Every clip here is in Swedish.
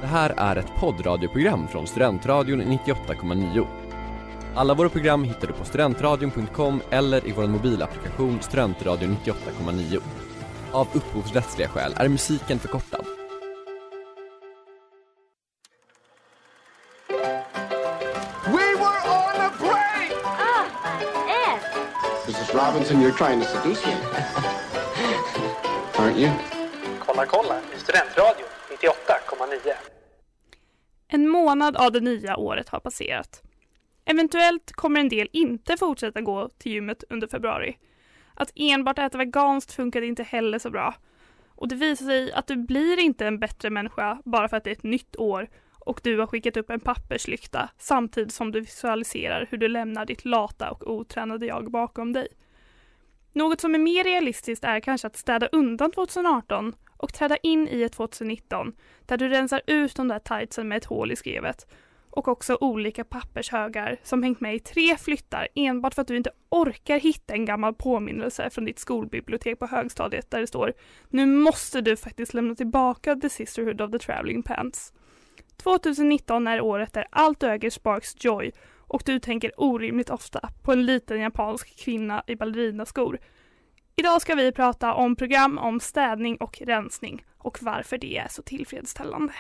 Det här är ett poddradioprogram från Studentradion 98,9. Alla våra program hittar du på studentradion.com eller i vår mobilapplikation Studentradion 98,9. Av upphovsrättsliga skäl är musiken förkortad. We were on a break! Ed! Mrs. Robinson, you're trying to seduce me. Aren't you? Kolla i Studentradion 98,9. En månad av det nya året har passerat. Eventuellt kommer en del inte fortsätta gå till gymmet under februari. Att enbart äta veganskt funkade inte heller så bra. Och det visar sig att du blir inte en bättre människa bara för att det är ett nytt år och du har skickat upp en papperslykta samtidigt som du visualiserar hur du lämnar ditt lata och otränade jag bakom dig. Något som är mer realistiskt är kanske att städa undan 2018 och träda in i ett 2019 där du rensar ut de där tightsen med ett hål i skrevet och också olika pappershögar som hängt med i 3 flyttar enbart för att du inte orkar hitta en gammal påminnelse från ditt skolbibliotek på högstadiet där det står: nu måste du faktiskt lämna tillbaka The Sisterhood of the Traveling Pants. 2019 är året där allt du äger sparks joy och du tänker orimligt ofta på en liten japansk kvinna i ballerinaskor. Idag ska vi prata om program om städning och rensning och varför det är så tillfredsställande.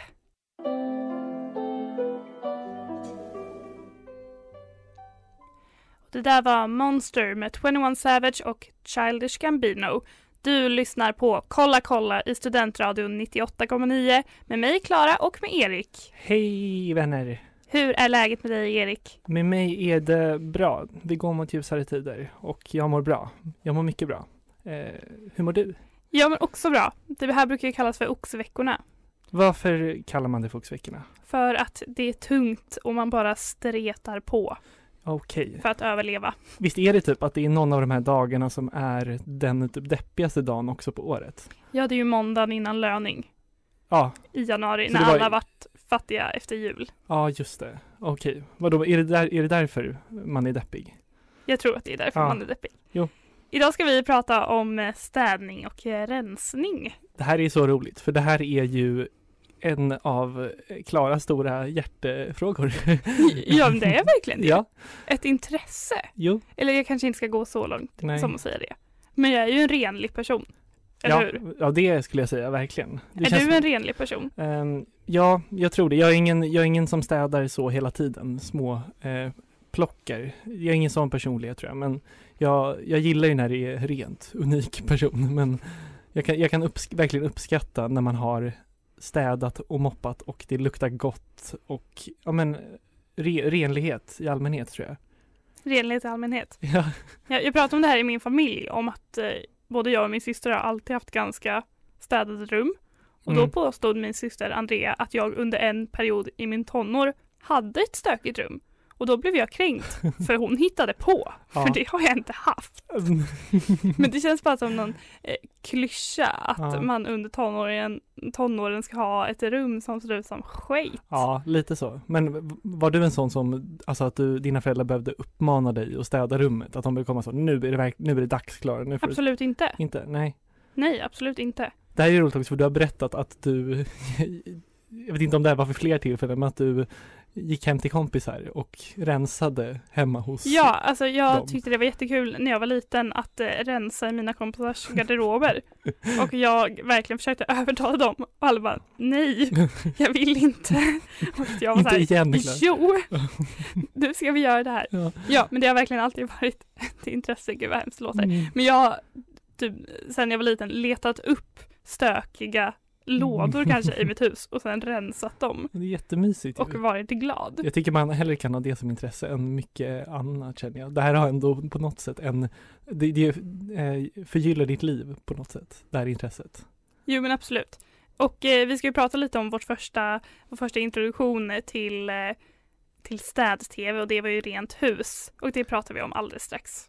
Det där var Monster med 21 Savage och Childish Gambino. Du lyssnar på Kolla i Studentradion 98,9 med mig Klara och med Erik. Hej vänner! Hur är läget med dig, Erik? Med mig är det bra. Vi går mot ljusare tider och jag mår bra. Jag mår mycket bra. Hur mår du? Jag mår också bra. Det här brukar ju kallas för oxveckorna. Varför kallar man det för oxveckorna? För att det är tungt och man bara stretar på. Okej. För att överleva. Visst är det typ att det är någon av de här dagarna som är den typ deppigaste dagen också på året? Ja, det är ju måndagen innan löning. Ja. I januari, Så när det var... alla varit fattiga efter jul. Ja, just det. Okej. Vadå, är det därför man är deppig? Jag tror att det är därför man är deppig. Jo. Idag ska vi prata om städning och rensning. Det här är så roligt, för det här är ju en av Klaras stora hjärtefrågor. Ja, men det är verkligen det. Ja. Ett intresse. Jo. Eller jag kanske inte ska gå så långt som att säga det. Men jag är ju en renlig person. Eller hur? Ja, det skulle jag säga, verkligen. Är du en renlig person? Ja, jag tror det. Jag är ingen som städar så hela tiden. Små plockar. Jag är ingen sån personlighet tror jag. Men jag gillar ju när det är rent, unik person. Men jag kan verkligen uppskatta när man har städat och moppat och det luktar gott och renlighet i allmänhet tror jag. Renlighet i allmänhet? Ja. Jag pratar om det här i min familj om att både jag och min syster har alltid haft ganska städade rum. Och då påstod min syster Andrea att jag under en period i min tonår hade ett stökigt rum. Och då blev jag kränkt för hon hittade på. Ja. För det har jag inte haft. Men det känns bara som någon klyscha att man under tonåren ska ha ett rum som ser ut som skit. Ja, lite så. Men var du en sån som, alltså att dina föräldrar behövde uppmana dig att städa rummet? Att de behövde komma så, nu är det dags Klara. Absolut inte. Inte? Nej. Nej, absolut inte. Det här är roligt också för du har berättat att du, jag vet inte om det här var för fler tillfällen, men att du gick hem till kompisar och rensade hemma hos Ja, alltså jag dem. tyckte det var jättekul när jag var liten att rensa i mina kompisars garderober. Och jag verkligen försökte övertala dem. Och alla bara, nej, jag vill inte. Och jag var inte igen, jo, nu ska vi göra det här. Ja, men det har verkligen alltid varit ett intresse. Gud vad hemskt det låter. Men jag, typ, sen jag var liten, letat upp stökiga lådor kanske i mitt hus och sen rensat dem. Det är jättemysigt. Och varit glad. Jag tycker man hellre kan ha det som intresse än mycket annat känner jag. Det här har ändå på något sätt det förgyller ditt liv på något sätt, det här intresset. Jo men absolut. Och vi ska ju prata lite om vår första introduktion till städ-tv och det var ju Rent hus. Och det pratar vi om alldeles strax.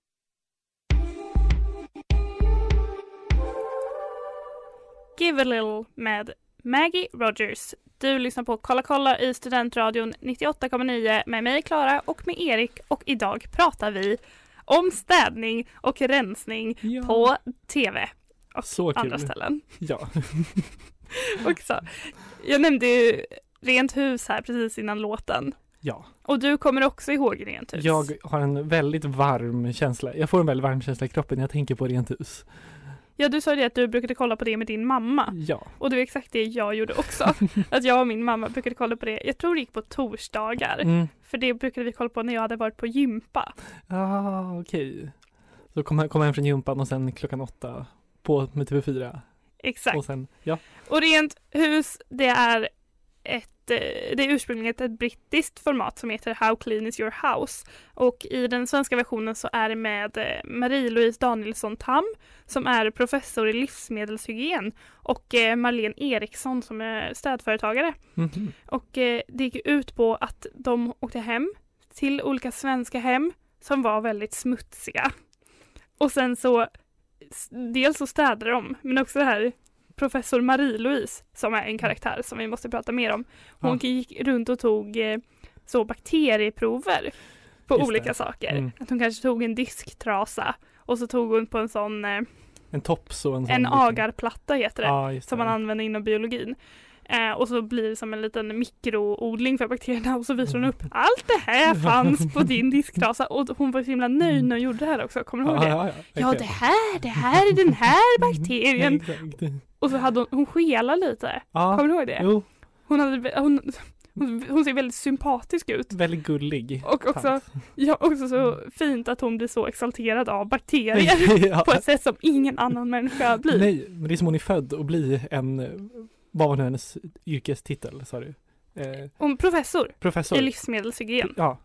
Give a Little med Maggie Rogers. Du lyssnar på Kolla i Studentradion 98,9 med mig Klara och med Erik och idag pratar vi om städning och rensning på tv och så andra kul. ställen. Ja. Och så, Jag nämnde ju Rent hus här precis innan låten. Ja. Och du kommer också ihåg Rent hus. Jag har en väldigt varm känsla. Jag får en väldigt varm känsla i kroppen när jag tänker på Rent hus. Ja, du sa det att du brukade kolla på det med din mamma. Ja. Och det var exakt det jag gjorde också. Att jag och min mamma brukade kolla på det. Jag tror det gick på torsdagar. För det brukade vi kolla på när jag hade varit på gympa. Okej. Så kom hem från gympan och sen klockan 8 på med TV4. Exakt. Och sen, ja. Och Rent hus, det är ursprungligen ett brittiskt format som heter How Clean Is Your House. Och i den svenska versionen så är det med Marie-Louise Danielsson Tam som är professor i livsmedelshygien och Marlene Eriksson som är städföretagare. Mm-hmm. Och det gick ut på att de åkte hem till olika svenska hem som var väldigt smutsiga. Och sen så dels så städade de, men också det här professor Marie-Louise som är en karaktär som vi måste prata mer om. Hon gick runt och tog så bakterieprover på olika saker. Att hon kanske tog en disktrasa och så tog hon på en sån en tops och en agarplatta heter det, som man det. Använder inom biologin. Och så blir det som en liten mikroodling för bakterierna och så visar hon upp allt det här fanns på din disktrasa och hon var så himla nöjd när hon gjorde det här också. Kommer du ihåg det? Ja, det här är den här bakterien. Och så hade hon skelade lite. Kommer du ihåg det? Jo. Hon ser väldigt sympatisk ut. Väldigt gullig. Och också så fint att hon blir så exalterad av bakterier på ett sätt som ingen annan människa blir. Nej, men det är som hon är född och blir vad var nu hennes yrkestitel, sa du? Hon professor i livsmedelshygien. Ja,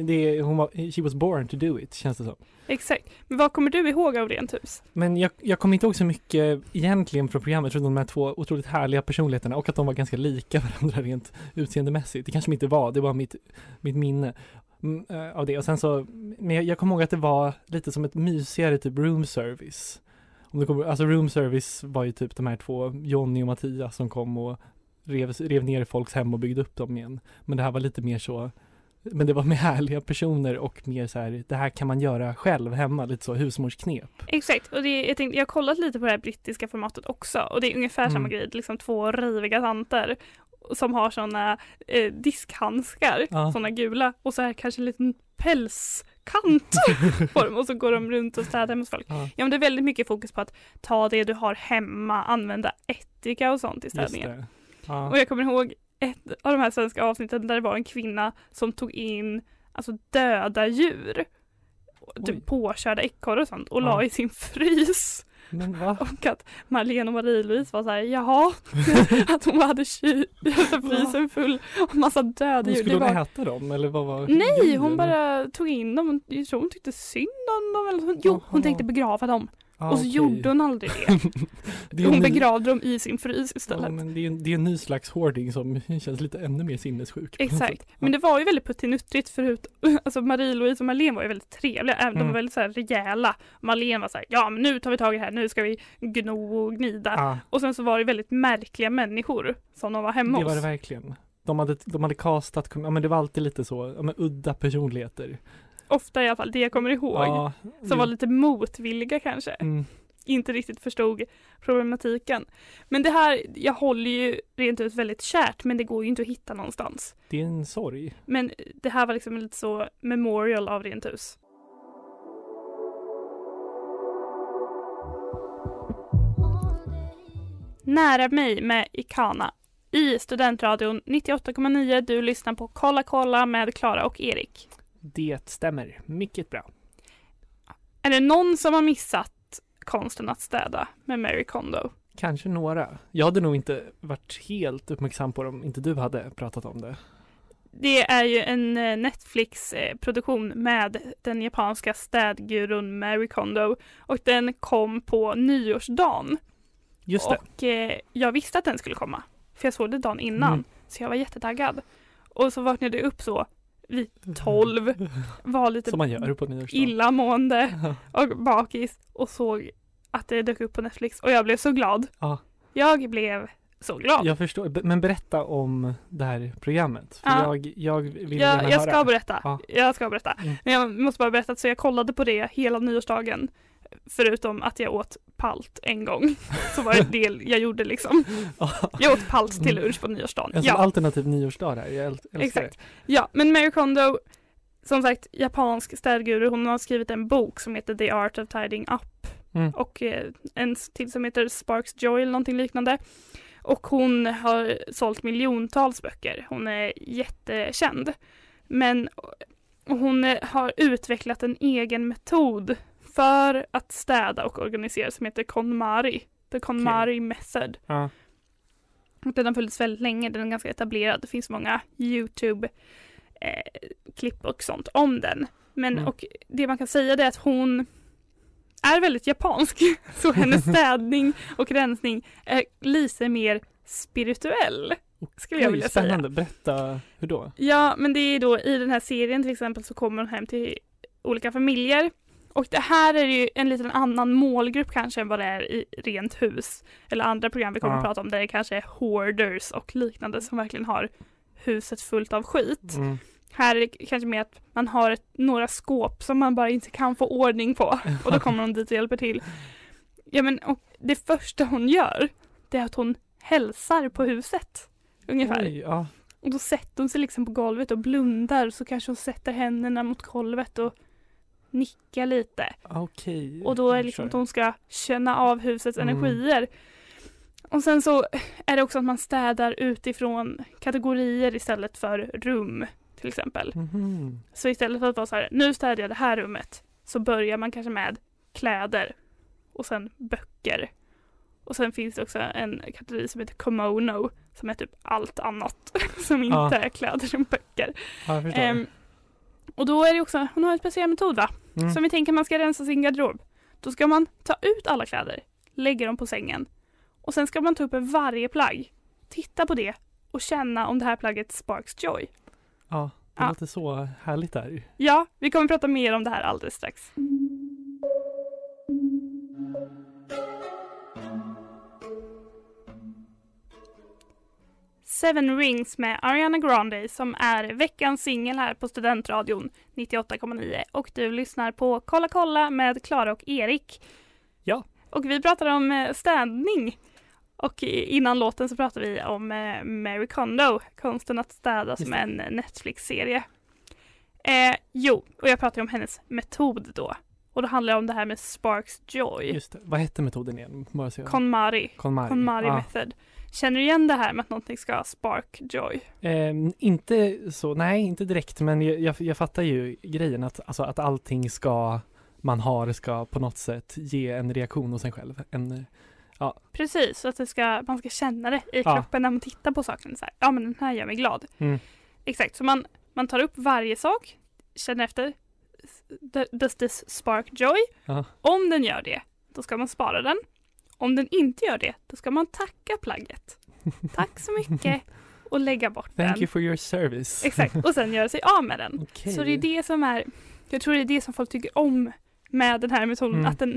she was born to do it, känns det som. Exakt. Men vad kommer du ihåg av Rent hus? Men jag kommer inte ihåg så mycket egentligen från programmet, förutom de här två otroligt härliga personligheterna och att de var ganska lika varandra rent utseendemässigt. Det kanske inte var, det var mitt minne av det. Och sen så, men jag kommer ihåg att det var lite som ett mysigare typ room service. Alltså room service var ju typ de här två, Johnny och Mattias, som kom och rev ner folks hem och byggde upp dem igen. Men det här var lite mer så, men det var med härliga personer och mer så här, det här kan man göra själv hemma, lite så husmorsknep. Jag har kollat lite på det här brittiska formatet också och det är ungefär samma grej, liksom två riviga tanter som har såna diskhandskar, såna gula och så här kanske en liten pälskant på dem och så går de runt och städar hos folk. Ja, men det är väldigt mycket fokus på att ta det du har hemma, använda ättika och sånt i städningen. Och jag kommer ihåg ett av de här svenska avsnitten där det var en kvinna som tog in alltså döda djur, typ påkörda ekorrar och sånt och la i sin frys. Men va? Och att Marlene och Marie-Louise var så här, jaha, att hon hade frysen full av massa döda djur. Skulle hon äta dem? Eller vad var Nej, hon bara tog in dem. Jag tror hon tyckte synd om dem. Eller hon tänkte begrava dem. Och så gjorde hon aldrig det. Hon begravde dem i sin frys istället. Ja, men det är en ny slags hoarding som känns lite ännu mer sinnessjuk. Exakt. Men det var ju väldigt puttinuttrigt förut. Alltså Marie-Louise och Marlene var ju väldigt trevliga. Även de var väldigt så här rejäla. Marlene var så här, ja men nu tar vi tag i det här. Nu ska vi gno och gnida. Och sen så var det väldigt märkliga människor som de var hemma hos. Det var det verkligen. De hade castat, ja men det var alltid lite så, ja men udda personligheter. Ofta i alla fall, det jag kommer ihåg. Som var lite motvilliga kanske. Inte riktigt förstod problematiken. Men det här, jag håller ju rent ut väldigt kärt, men det går ju inte att hitta någonstans. Det är en sorg. Men det här var liksom lite så memorial av Rent hus. Nära mig med Ikana. I Studentradion 98,9. Du lyssnar på Kolla kolla med Klara och Erik. Det stämmer. Mycket bra. Är det någon som har missat konsten att städa med Marie Kondo? Kanske några. Jag hade nog inte varit helt uppmärksam på dem, inte du hade pratat om det. Det är ju en Netflix-produktion med den japanska städgurun Marie Kondo och den kom på nyårsdagen. Just det. Och jag visste att den skulle komma, för jag såg det dagen innan, så jag var jättetaggad. Och så vaknade jag upp så vid 12, var lite som man gör på nyårsdagen, illamående och bakis och såg att det dök upp på Netflix och jag blev så glad. Jag blev så glad. Jag förstår, men berätta om det här programmet. För jag vill gärna höra. Jag ska berätta. Men jag måste bara berätta, så jag kollade på det hela nyårsdagen Förutom att jag åt palt en gång. Så var det jag gjorde liksom. Jag åt palt till lunch på nyårsdagen. En sån alternativ nyårsdag där. Jag älskar exakt. det. Ja, men Marie Kondo, som sagt, japansk städguru. Hon har skrivit en bok som heter The Art of Tidying Up. Och en till som heter Sparks Joy eller någonting liknande. Och hon har sålt miljontals böcker. Hon är jättekänd. Men hon har utvecklat en egen metod för att städa och organisera som heter KonMari. The KonMari Method. Ja. Och den har funnits väldigt länge. Den är ganska etablerad. Det finns många YouTube-klipp och sånt om den. Men och det man kan säga är att hon är väldigt japansk. Så hennes städning och rensning är lite mer spirituell. Skulle jag vilja säga. Spännande. Berätta hur då? Ja, men det är då i den här serien till exempel så kommer hon hem till olika familjer. Och det här är ju en liten annan målgrupp kanske än vad det är i Rent hus. Eller andra program vi kommer att prata om där det kanske är hoarders och liknande som verkligen har huset fullt av skit. Här är det kanske mer att man har några skåp som man bara inte kan få ordning på. Och då kommer hon dit och hjälper till. Ja, men och det första hon gör det är att hon hälsar på huset. Ungefär. Oj, ja. Och då sätter hon sig liksom på golvet och blundar. Så kanske hon sätter händerna mot golvet och nickar lite. Okej. Och då är det liksom att hon ska känna av husets energier. Och sen så är det också att man städar utifrån kategorier istället för rum till exempel. Så istället för att vara så här, nu städar jag det här rummet, så börjar man kanske med kläder och sen böcker. Och sen finns det också en kategori som heter Komono som är typ allt annat som inte är kläder och böcker. Ja, och då är det också, hon har en speciell metod va? Som vi tänker man ska rensa sin garderob. Då ska man ta ut alla kläder, lägga dem på sängen och sen ska man ta upp varje plagg, titta på det och känna om det här plagget sparks joy. Ja, det låter så härligt där. Ja, vi kommer prata mer om det här alldeles strax. Seven Rings med Ariana Grande som är veckans singel här på Studentradion 98,9 och du lyssnar på Kolla kolla med Klara och Erik. Ja. Och vi pratar om städning och innan låten så pratar vi om Marie Kondo, konsten att städa som en Netflix-serie. Och jag pratar om hennes metod då. Och då handlar det om det här med Sparks Joy. Just det. Vad hette metoden igen? KonMari Method. Känner du igen det här med att någonting ska spark joy? Inte så, nej inte direkt, men jag fattar ju grejen att allting man ska på något sätt ge en reaktion hos en själv. Precis, så att man ska känna det i kroppen när man tittar på saken. Så här, ja men den här gör mig glad. Exakt, så man tar upp varje sak, känner efter, does this spark joy? Om den gör det, då ska man spara den. Om den inte gör det, då ska man tacka plagget. Tack så mycket. Och lägga bort den. Thank you for your service. Exakt, och sen göra sig av med den. Okay. Så det är det som jag tror det är det som folk tycker om med den här metoden. Att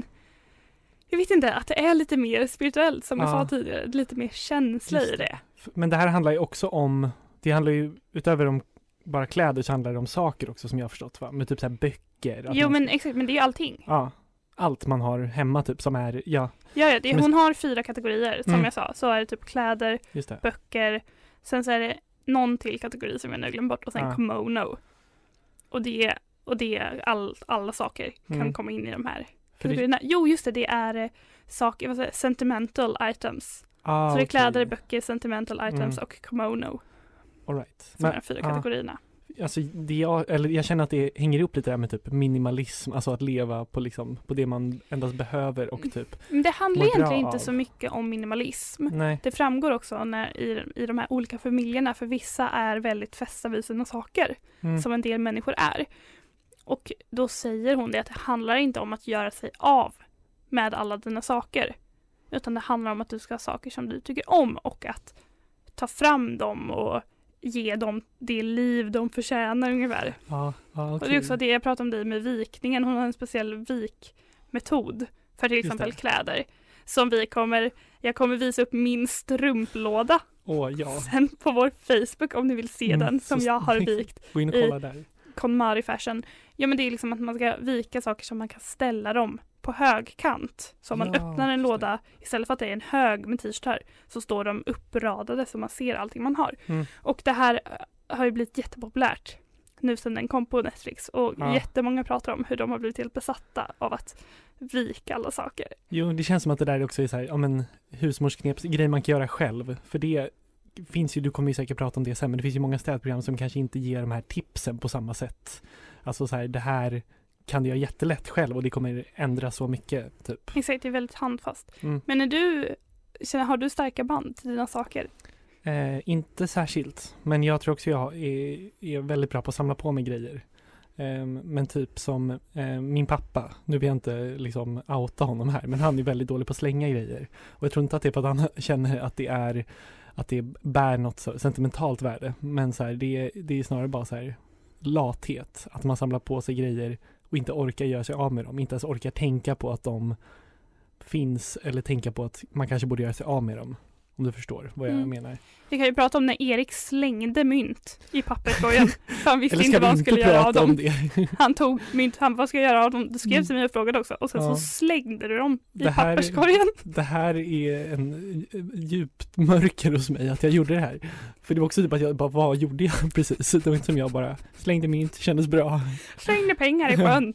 jag vet inte, att det är lite mer spirituellt som jag sa tidigare. Lite mer känsla i det. Men det här handlar ju också om, det handlar ju utöver om bara kläder så handlar det om saker också som jag har förstått va? Med typ så här böcker. Jo men exakt, men det är ju allting. Ja. Allt man har hemma typ som är, hon har 4 kategorier som jag sa. Så är det typ kläder, böcker, sen så är det någon till kategori som jag nu glömt bort och sen Komono. Och det är alla saker kan komma in i de här kategorierna. Jo just det är saker, sentimental items. Så det är kläder, böcker, sentimental items och Komono. All right. Som är de 4 kategorierna. Alltså jag känner att det hänger ihop lite där med typ minimalism, alltså att leva på det man endast behöver och typ. Det handlar egentligen inte så mycket om minimalism. Nej. Det framgår också i de här olika familjerna, för vissa är väldigt fästa vid sina saker som en del människor är. Och då säger hon det att det handlar inte om att göra sig av med alla dina saker, utan det handlar om att du ska ha saker som du tycker om och att ta fram dem och ge dem det liv de förtjänar ungefär. Okay. Och det är också det jag pratade om dig med vikningen. Hon har en speciell vikmetod för till exempel kläder. Som jag kommer visa upp min strumplåda. Sen på vår Facebook om ni vill se den som jag har vikt. Gå in och kolla där. KonMari Fashion. Ja men det är liksom att man ska vika saker som man kan ställa dem på högkant. Så om man Ja, öppnar en just det. låda, istället för att det är en hög med t-shirtar, så står de uppradade så man ser allting man har. Mm. Och det här har ju blivit jättepopulärt nu sedan den kom på Netflix. Och Ja. jättemånga pratar om hur de har blivit helt besatta av att vika alla saker. Jo, det känns som att det där också är så här, ja men husmorsknepsgrej man kan göra själv. För det finns ju, du kommer ju säkert prata om det sen, men det finns ju många städprogram som kanske inte ger de här tipsen på samma sätt. Alltså så här, det här kan du göra jättelätt själv och det kommer ändra så mycket, typ. Exakt, det är väldigt handfast. Mm. Men har du starka band till dina saker? Inte särskilt, men jag tror också jag är väldigt bra på att samla på mig grejer. Men typ som min pappa, nu vill jag inte liksom outa honom här, men han är väldigt dålig på att slänga grejer. Och jag tror inte att det är för att han känner att det bär något så sentimentalt värde, men så här, det är snarare bara så här lathet, att man samlar på sig grejer och inte orkar göra sig av med dem, inte ens orkar tänka på att de finns eller tänka på att man kanske borde göra sig av med dem, om du förstår vad jag menar. Vi kan ju prata om när Erik slängde mynt i papperskorgen. Han visste Eller inte ska vad vi han inte skulle göra av prata om dem. det? Han tog mynt, vad ska jag göra av dem? Du skrev till mig och frågade också. Och sen Ja. så slängde du dem i Det här- papperskorgen. Det här är en djupt mörker hos mig att jag gjorde det här. För det var också typ att jag bara, vad gjorde jag precis? Det var inte som jag bara slängde mynt, kändes bra. Slängde pengar i sjön.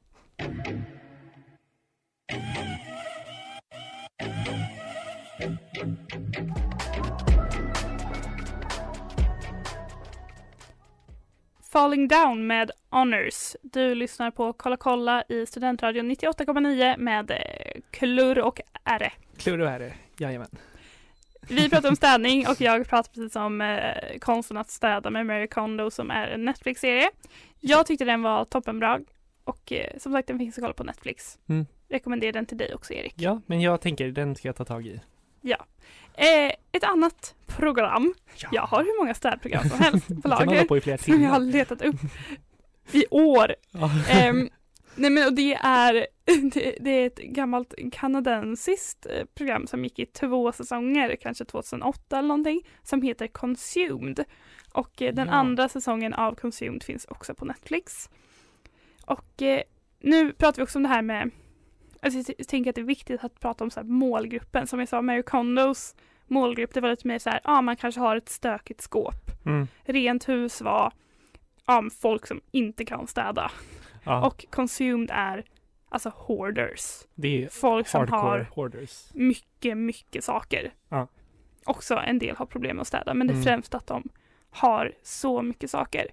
Falling Down med Honors. Du lyssnar på Kolla kolla i Studentradion 98,9 med Klurr och R. Klurr och är det, jajamän. Vi pratar om städning och jag pratar precis om konsten att städa med Marie Kondo som är en Netflix-serie. Jag tyckte den var toppenbra och som sagt den finns att kolla på Netflix. Mm. Rekommenderar den till dig också, Erik. Ja, men jag tänker den ska jag ta tag i. Ja. Ett annat program. Ja. Jag har hur många städprogram som helst på Vi kan hålla lager på i flera som jag har timmar. letat upp i år. Ja. Nej men och det är ett gammalt kanadensiskt program som gick i 2 säsonger, kanske 2008 eller någonting, som heter Consumed. Och den andra säsongen av Consumed finns också på Netflix. Och nu pratar vi också om det här med, alltså jag tänker att det är viktigt att prata om så här målgruppen. Som jag sa, Marie Kondos målgrupp, det var lite mer så här, man kanske har ett stökigt skåp. Mm. Rent hus var folk som inte kan städa. Ja, Och Consumed är alltså hoarders. det är Folk som hardcore har hoarders. mycket saker. Ja. Också en del har problem med att städa, men det är Mm. främst att de har så mycket saker.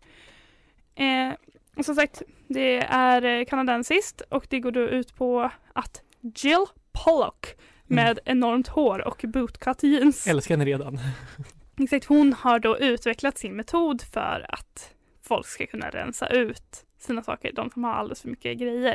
Och som sagt, det är kanadensiskt och det går då ut på att Jill Pollock med enormt hår och bootcut jeans. Älskar henne redan. Exakt, hon har då utvecklat sin metod för att folk ska kunna rensa ut sina saker, de som har alldeles för mycket grejer.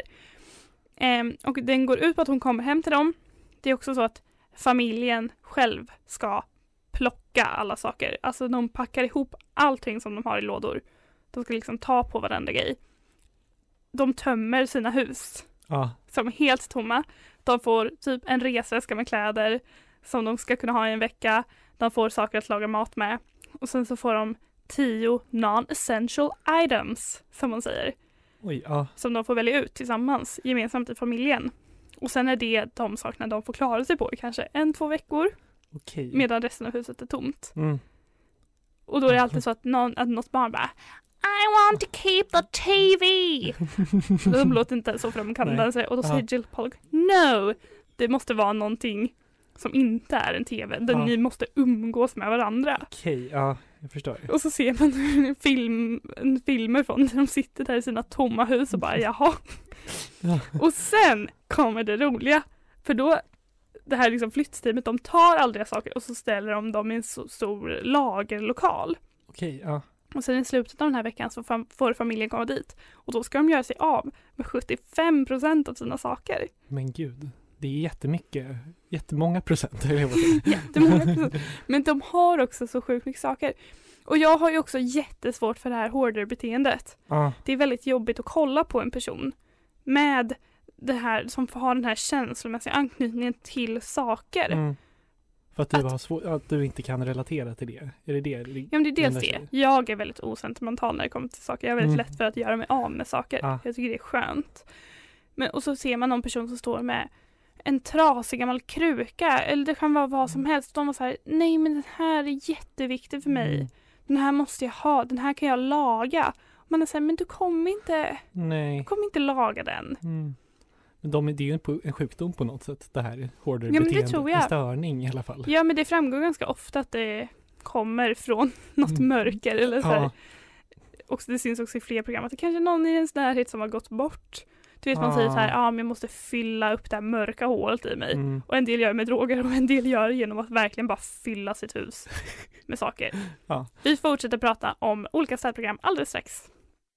Och den går ut på att hon kommer hem till dem. Det är också så att familjen själv ska plocka alla saker. Alltså de packar ihop allting som de har i lådor. De ska liksom ta på varandra grej. De tömmer sina hus Ja, som är helt tomma. De får typ en resväska med kläder som de ska kunna ha i en vecka. De får saker att laga mat med. Och sen så får de 10 non-essential items, som man säger. oj, ja. Som de får välja ut tillsammans, gemensamt i familjen. Och sen är det de sakerna de får klara sig på i kanske 1-2 veckor. Okej. Medan resten av huset är tomt. Mm. Och då är det alltid så att något barn bara I want to keep the TV! De låter inte så för de kanadensare. Och då säger Jill Pollock, no! Det måste vara någonting som inte är en TV. Där ni måste umgås med varandra. Okej, ja, jag förstår. Och så ser man filmer från när de sitter där i sina tomma hus och bara jaha. Ja. Och sen kommer det roliga. För då, det här liksom flyttsteamet, de tar all deras saker och så ställer de dem i en så stor lagerlokal. Okej, ja. Och sen i slutet av den här veckan så får familjen komma dit. Och då ska de göra sig av med 75% av sina saker. Men gud, det är jättemånga procent. Eller vad det är. Jättemånga procent. Men de har också så sjukt mycket saker. Och jag har ju också jättesvårt för det här hoarder-beteendet. Ja, Det är väldigt jobbigt att kolla på en person med det här som har den här känslomässiga anknytningen till saker. mm. För att att du inte kan relatera till det. Är det det? Ja, men det är dels det. Jag är väldigt osentimental när det kommer till saker. Jag är väldigt lätt för att göra mig av med saker. Ja. Jag tycker det är skönt. Och så ser man någon person som står med en trasig gammal kruka. Eller det kan vara vad som helst. De var så här, nej men den här är jätteviktig för mig. Den här måste jag ha. Den här kan jag laga. Man är så här, men du kommer inte laga den. Men det är ju en sjukdom på något sätt. Det här hoarder ja, beteende. Det tror jag. En störning i alla fall. Ja, men det framgår ganska ofta att det kommer från något mörker. Eller så här. Och det syns också i fler program att det kanske är någon i ens närhet som har gått bort. Du vet, man säger så här, men jag måste fylla upp det här mörka hålet i mig. Och en del gör med droger och en del gör genom att verkligen bara fylla sitt hus med saker. Vi fortsätter prata om olika städprogram alldeles strax.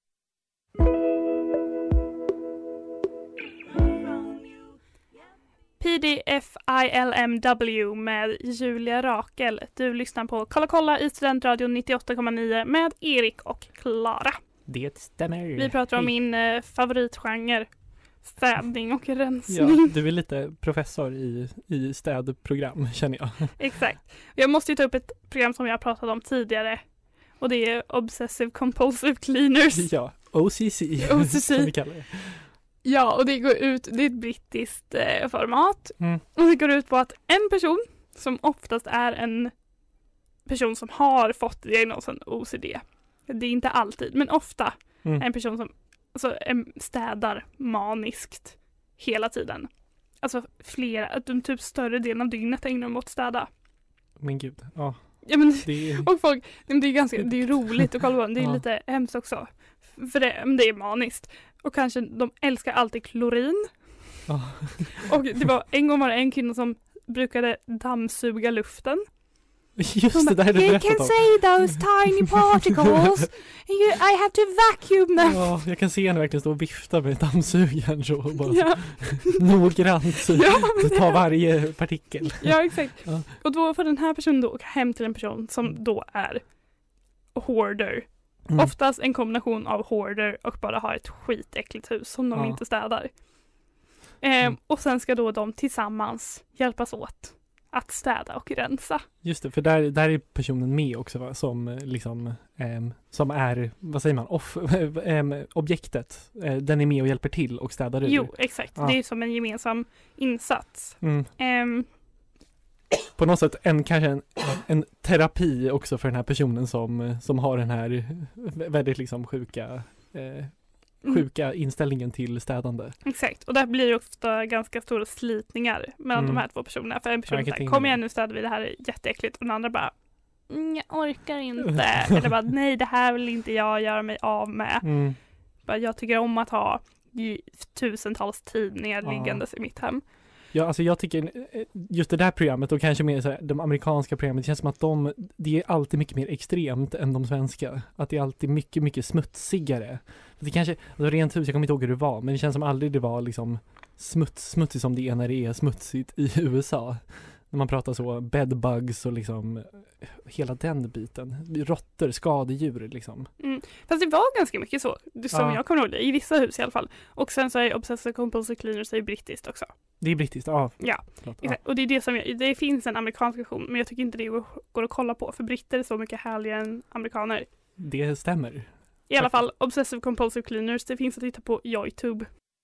PDFILMW med Julia Rakel. Du lyssnar på Kolla i Studentradion 98,9 med Erik och Klara. Det stämmer. Vi pratar om min favoritgenre. Städning och rensning. Ja, du är lite professor i städprogram, känner jag. Exakt. Jag måste ju ta upp ett program som jag pratat om tidigare. Och det är Obsessive Compulsive Cleaners. Ja, OCC. Som vi kallar det. Ja, och det är ett brittiskt format. Och det går ut på att en person som oftast är en person som har fått diagnosen OCD. Det är inte alltid, men ofta en person som städar maniskt hela tiden. Alltså typ större delen av dygnet ägnar de åt att städa. Men gud, ja. Ja, men, och folk, det är roligt att kolla på. Det är lite hemskt också. För det är maniskt. Och kanske de älskar alltid klorin. Och en gång var det en kvinna som brukade dammsuga luften. Just det, där är det You can say those tiny particles. I have to vacuum them. Ja, jag kan se henne verkligen stå och vifta med dammsugaren så och bara noggrant ta varje partikel. Ja, exakt. Ja. Och då får den här personen då åka hem till en person som då är hoarder. Oftast en kombination av hoarder och bara har ett skitäckligt hus som de inte städar. Och sen ska då de tillsammans hjälpas åt att städa och rensa. Just det, för där är personen med också, va? Som liksom som är, vad säger man, objektet. Den är med och hjälper till och städar ur. Jo, exakt. Det är som en gemensam insats. På något sätt kanske en terapi också för den här personen som har den här väldigt liksom sjuka inställningen till städande. Exakt, och där blir det ofta ganska stora slitningar mellan de här två personerna. För en person säger, kom igen nu städar vi, det här är jätteäckligt. Och den andra bara, jag orkar inte. Eller bara, nej det här vill inte jag göra mig av med. Bara, jag tycker om att ha tusentals tidningar liggandes i mitt hem. Ja, alltså jag tycker just det där programmet och kanske mer så här, de amerikanska programmet, det känns som att det är alltid mycket mer extremt än de svenska. Att det är alltid mycket, mycket smutsigare. Det kanske, alltså rent hus, jag kommer inte ihåg hur det var, men det känns som aldrig det var liksom smutsigt som det är när det är smutsigt i USA. När man pratar så bedbugs och liksom hela den biten. Råttor, skadedjur liksom. Fast det var ganska mycket så, som jag kommer ihåg det, i vissa hus i alla fall. Och sen så är Obsessive Compulsive Cleaners är brittiskt också. Det är brittiskt, ja. Och det är det som det finns en amerikansk version, men jag tycker inte det går att kolla på, för britter är så mycket härligare än amerikaner. Det stämmer. I alla fall, Obsessive Compulsive Cleaners, det finns att titta på YouTube.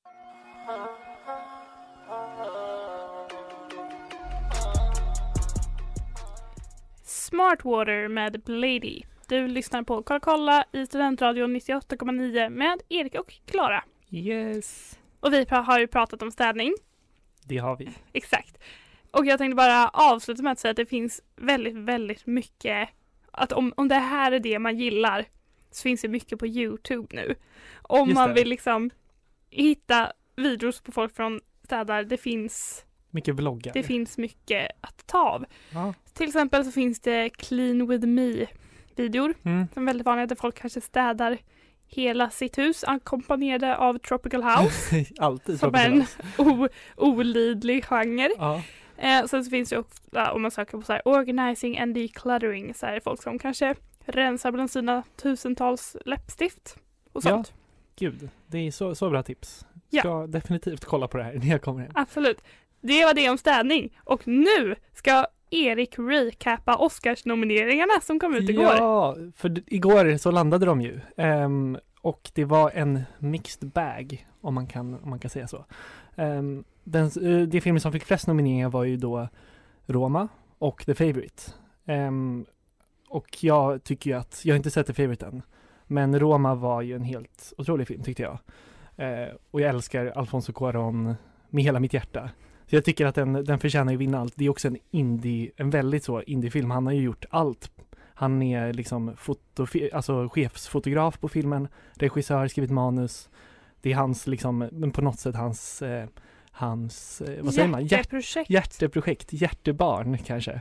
Smartwater med Blady. Du lyssnar på Kolla i Studentradion 98,9 med Erik och Klara. Yes. Och vi har ju pratat om städning. Det har vi. Exakt. Och jag tänkte bara avsluta med att säga att det finns väldigt, väldigt mycket, att om det här är det man gillar så finns det mycket på YouTube nu. Om man vill liksom hitta videos på folk från städar, det finns mycket vloggar. Det finns mycket att ta av. Ja. Till exempel så finns det Clean with me-videor som är väldigt vanliga, där folk kanske städar hela sitt hus ackompanjerade av Tropical House. Alltid som Tropical en olidlig genre. Ja. Sen så finns det ofta, om man söker på så här, organizing and decluttering, så här, folk som kanske rensar bland sina tusentals läppstift och sånt. Ja, gud. Det är så bra tips. Ska definitivt kolla på det här när jag kommer hem. Absolut. Det var det om städning. Och nu ska Erik recappa Oscars-nomineringarna som kom ut igår. Ja, för igår så landade de ju. Och det var en mixed bag, om man kan säga så. Det filmen som fick flest nomineringar var ju då Roma och The Favourite. Och jag tycker ju att, jag har inte sett The Favourite än, men Roma var ju en helt otrolig film tyckte jag. Och jag älskar Alfonso Cuarón med hela mitt hjärta. Så jag tycker att den förtjänar ju vinna allt. Det är också en väldigt så indiefilm. Han har ju gjort allt. Han är liksom chefsfotograf på filmen, regissör, skrivit manus. Det är hans liksom, men på något sätt hans vad säger man? Hjärteprojekt, hjärtebarn kanske.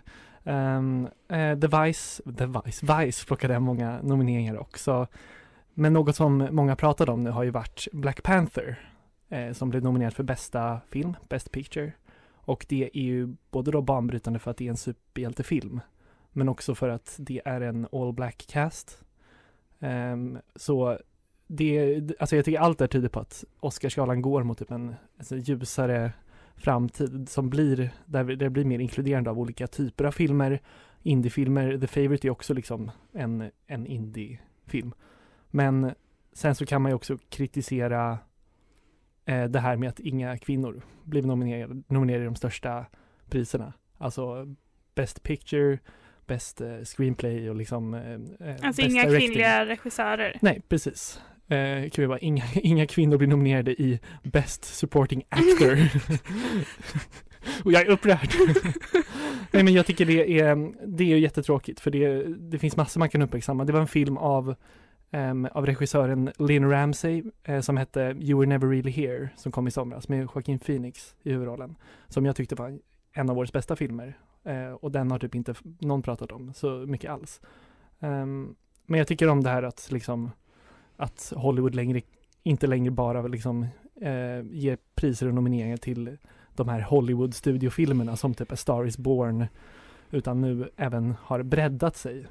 Vice plockade många nomineringar också. Men något som många pratade om nu har ju varit Black Panther som blev nominerad för bästa film, Best Picture. Och det är ju både då banbrytande för att det är en superhjältefilm, men också för att det är en all black cast. Så alltså jag tycker allt där tyder på att Oscarsgalan går mot typ en ljusare framtid som blir, där det blir mer inkluderande av olika typer av filmer. Indiefilmer, The Favourite är också liksom en indiefilm. Men sen så kan man ju också kritisera det här med att inga kvinnor blev nominerade i de största priserna. Alltså Best Picture, Best Screenplay och liksom alltså Best inga Directing. kvinnliga regissörer. Nej, precis. Kan vi bara, inga kvinnor blir nominerade i Best Supporting Actor. Och jag är upprörd. Nej, men jag tycker det är jättetråkigt, för det finns massor man kan uppmärksamma. Det var en film av regissören Lynn Ramsey som hette You Were Never Really Here, som kom i somras med Joaquin Phoenix i huvudrollen, som jag tyckte var en av årets bästa filmer. Och den har typ inte någon pratat om så mycket alls. Men jag tycker om det här att liksom att Hollywood inte längre bara liksom ger priser och nomineringar till de här Hollywood-studiofilmerna som typ A Star is Born, utan nu även har breddat sig.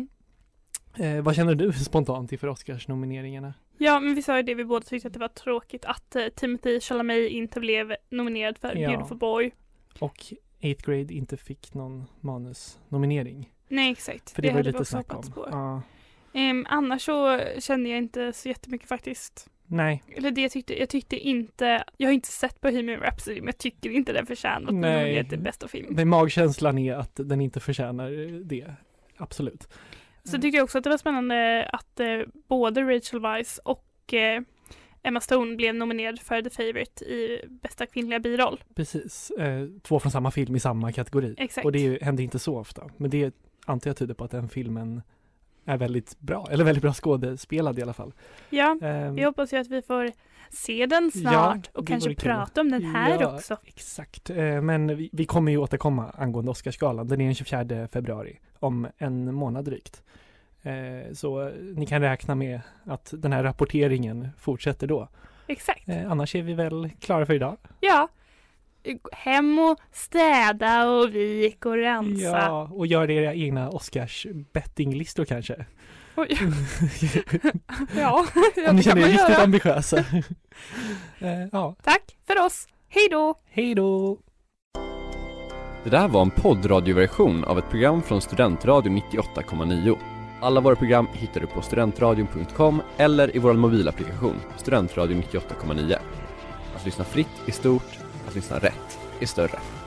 Vad känner du spontant inför Oscars-nomineringarna? Ja, men vi sa ju det, vi båda tyckte att det var tråkigt att Timothée Chalamet inte blev nominerad för Beautiful Boy. Och 8th Grade inte fick någon manusnominering. Nej, exakt. För det var lite snack om. Ja. Annars så kände jag inte så jättemycket faktiskt. Nej. Eller det jag tyckte inte, jag har inte sett Bohemian Rhapsody, men jag tycker inte den förtjänar att nominera till bästa film. Men magkänslan är att den inte förtjänar det. Absolut. Så tyckte jag också att det var spännande att både Rachel Weisz och Emma Stone blev nominerad för The Favourite i bästa kvinnliga biroll. Precis. 2 från samma film i samma kategori. Exakt. Och det händer inte så ofta. Men det antar jag tyder på att den filmen är väldigt bra. Eller väldigt bra skådespelad i alla fall. Ja, jag hoppas ju att vi får se den snart och kanske prata om den här också. Exakt. Men vi kommer ju återkomma angående Oscarsgalan. Den är den 24 februari. Om en månad drygt. Så ni kan räkna med att den här rapporteringen fortsätter då. Exakt. Annars är vi väl klara för idag. Ja. Hem och städa och vik och rensa. Ja, och gör era egna Oscars bettinglistor kanske. Oj. Ja, om ni känner er riktigt ambitiösa. Ja. Tack för oss. Hej då! Hej då! Det där var en poddradioversion av ett program från Studentradion 98,9. Alla våra program hittar du på studentradion.com eller i vår mobilapplikation Studentradion 98,9. Att lyssna fritt är stort, att lyssna rätt är större.